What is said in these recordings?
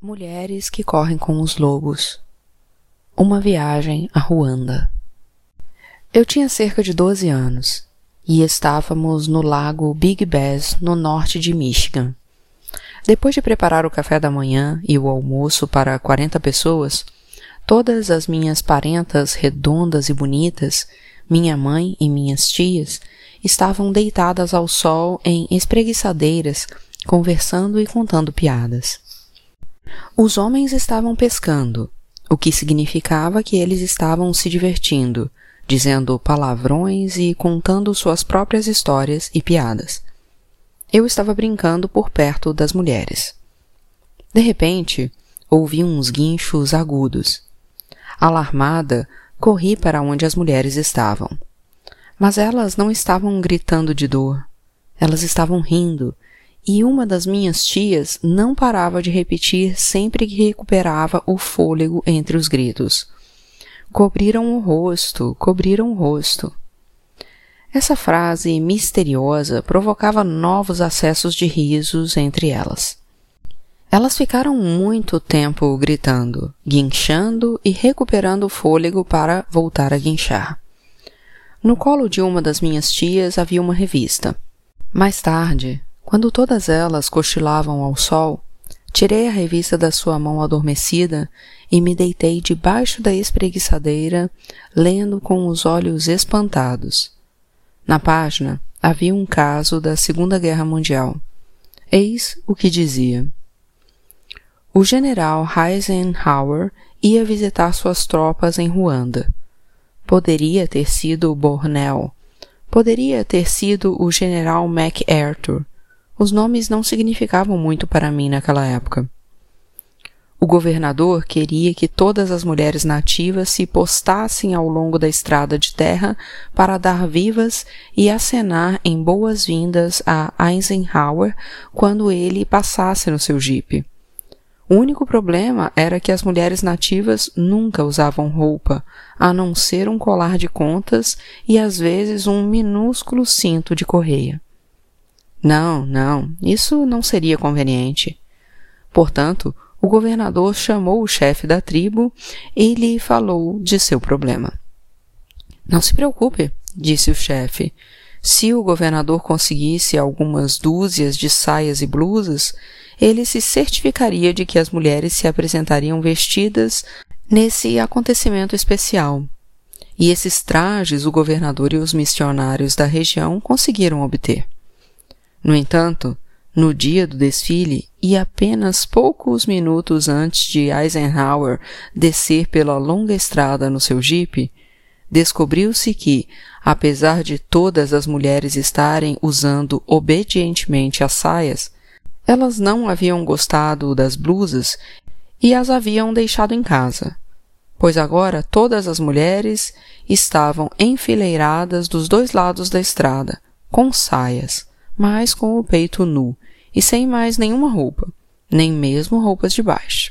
Mulheres que correm com os lobos. Uma viagem a Ruanda. Eu tinha cerca de 12 anos e estávamos no lago Big Bass, no norte de Michigan. Depois de preparar o café da manhã e o almoço para 40 pessoas, todas as minhas parentas redondas e bonitas, minha mãe e minhas tias, estavam deitadas ao sol em espreguiçadeiras, conversando e contando piadas. Os homens estavam pescando, o que significava que eles estavam se divertindo, dizendo palavrões e contando suas próprias histórias e piadas. Eu estava brincando por perto das mulheres. De repente, ouvi uns guinchos agudos. Alarmada, corri para onde as mulheres estavam. Mas elas não estavam gritando de dor. Elas estavam rindo, e uma das minhas tias não parava de repetir sempre que recuperava o fôlego entre os gritos. Cobriram o rosto, cobriram o rosto. Essa frase misteriosa provocava novos acessos de risos entre elas. Elas ficaram muito tempo gritando, guinchando e recuperando o fôlego para voltar a guinchar. No colo de uma das minhas tias havia uma revista. Mais tarde, quando todas elas cochilavam ao sol, tirei a revista da sua mão adormecida e me deitei debaixo da espreguiçadeira, lendo com os olhos espantados. Na página havia um caso da Segunda Guerra Mundial. Eis o que dizia. O general Eisenhower ia visitar suas tropas em Ruanda. Poderia ter sido Bornel. Poderia ter sido o general MacArthur. Os nomes não significavam muito para mim naquela época. O governador queria que todas as mulheres nativas se postassem ao longo da estrada de terra para dar vivas e acenar em boas-vindas a Eisenhower quando ele passasse no seu jipe. O único problema era que as mulheres nativas nunca usavam roupa, a não ser um colar de contas e às vezes um minúsculo cinto de correia. Não, isso não seria conveniente. Portanto, o governador chamou o chefe da tribo e lhe falou de seu problema. Não se preocupe, disse o chefe. Se o governador conseguisse algumas dúzias de saias e blusas, ele se certificaria de que as mulheres se apresentariam vestidas nesse acontecimento especial. E esses trajes o governador e os missionários da região conseguiram obter. No entanto, no dia do desfile, e apenas poucos minutos antes de Eisenhower descer pela longa estrada no seu jipe, descobriu-se que, apesar de todas as mulheres estarem usando obedientemente as saias, elas não haviam gostado das blusas e as haviam deixado em casa, pois agora todas as mulheres estavam enfileiradas dos dois lados da estrada, com saias, mas com o peito nu e sem mais nenhuma roupa, nem mesmo roupas de baixo.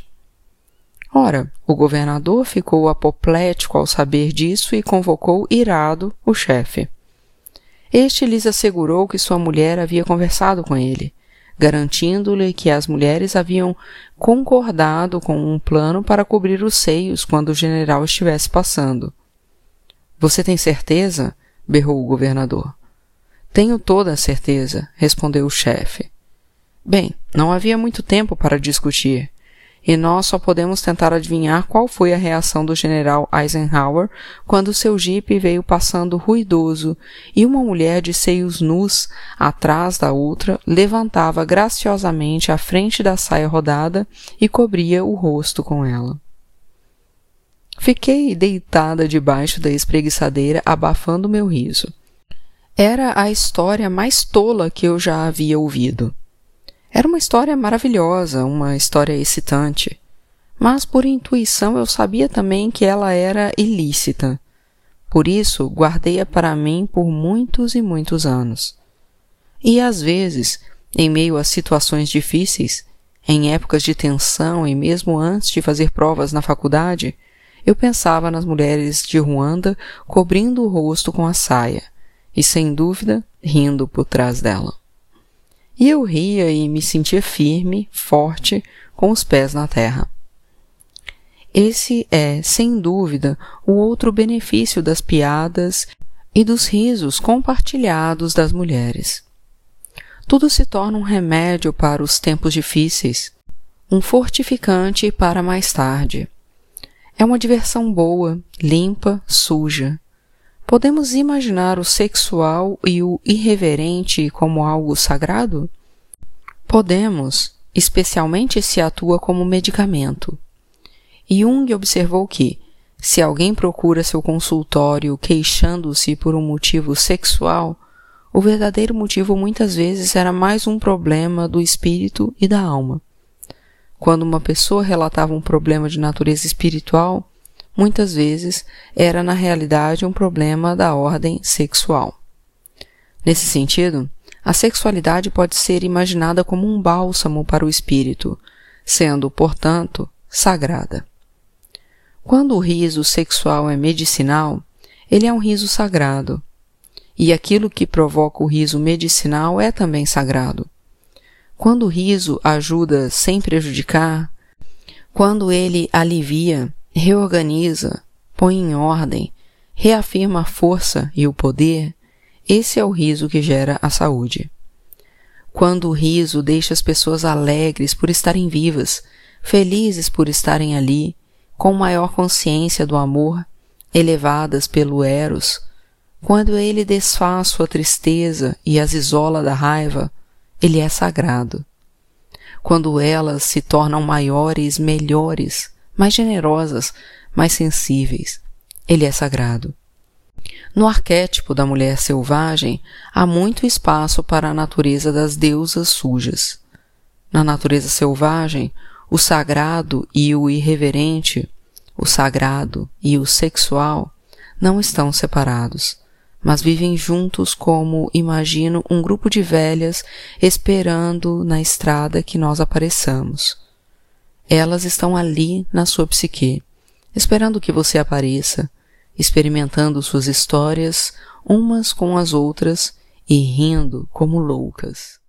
Ora, o governador ficou apoplético ao saber disso e convocou irado o chefe. Este lhes assegurou que sua mulher havia conversado com ele, garantindo-lhe que as mulheres haviam concordado com um plano para cobrir os seios quando o general estivesse passando. — Você tem certeza? Berrou o governador. — Tenho toda a certeza, respondeu o chefe. Bem, não havia muito tempo para discutir, e nós só podemos tentar adivinhar qual foi a reação do general Eisenhower quando seu jipe veio passando ruidoso e uma mulher de seios nus, atrás da outra, levantava graciosamente a frente da saia rodada e cobria o rosto com ela. Fiquei deitada debaixo da espreguiçadeira, abafando meu riso. Era a história mais tola que eu já havia ouvido. Era uma história maravilhosa, uma história excitante, mas por intuição eu sabia também que ela era ilícita. Por isso, guardei-a para mim por muitos e muitos anos. E às vezes, em meio a situações difíceis, em épocas de tensão e mesmo antes de fazer provas na faculdade, eu pensava nas mulheres de Ruanda cobrindo o rosto com a saia, e sem dúvida, rindo por trás dela. E eu ria e me sentia firme, forte, com os pés na terra. Esse é, sem dúvida, o outro benefício das piadas e dos risos compartilhados das mulheres. Tudo se torna um remédio para os tempos difíceis, um fortificante para mais tarde. É uma diversão boa, limpa, suja. Podemos imaginar o sexual e o irreverente como algo sagrado? Podemos, especialmente se atua como medicamento. Jung observou que, se alguém procura seu consultório queixando-se por um motivo sexual, o verdadeiro motivo muitas vezes era mais um problema do espírito e da alma. Quando uma pessoa relatava um problema de natureza espiritual, muitas vezes era na realidade um problema da ordem sexual. Nesse sentido, a sexualidade pode ser imaginada como um bálsamo para o espírito, sendo, portanto, sagrada. Quando o riso sexual é medicinal, ele é um riso sagrado. E aquilo que provoca o riso medicinal é também sagrado. Quando o riso ajuda sem prejudicar, quando ele alivia, reorganiza, põe em ordem, reafirma a força e o poder, esse é o riso que gera a saúde. Quando o riso deixa as pessoas alegres por estarem vivas, felizes por estarem ali, com maior consciência do amor, elevadas pelo eros, quando ele desfaz sua tristeza e as isola da raiva, ele é sagrado. Quando elas se tornam maiores, melhores, mais generosas, mais sensíveis, ele é sagrado. No arquétipo da mulher selvagem, há muito espaço para a natureza das deusas sujas. Na natureza selvagem, o sagrado e o irreverente, o sagrado e o sexual, não estão separados, mas vivem juntos como, imagino, um grupo de velhas esperando na estrada que nós apareçamos. Elas estão ali na sua psique, esperando que você apareça, experimentando suas histórias umas com as outras e rindo como loucas.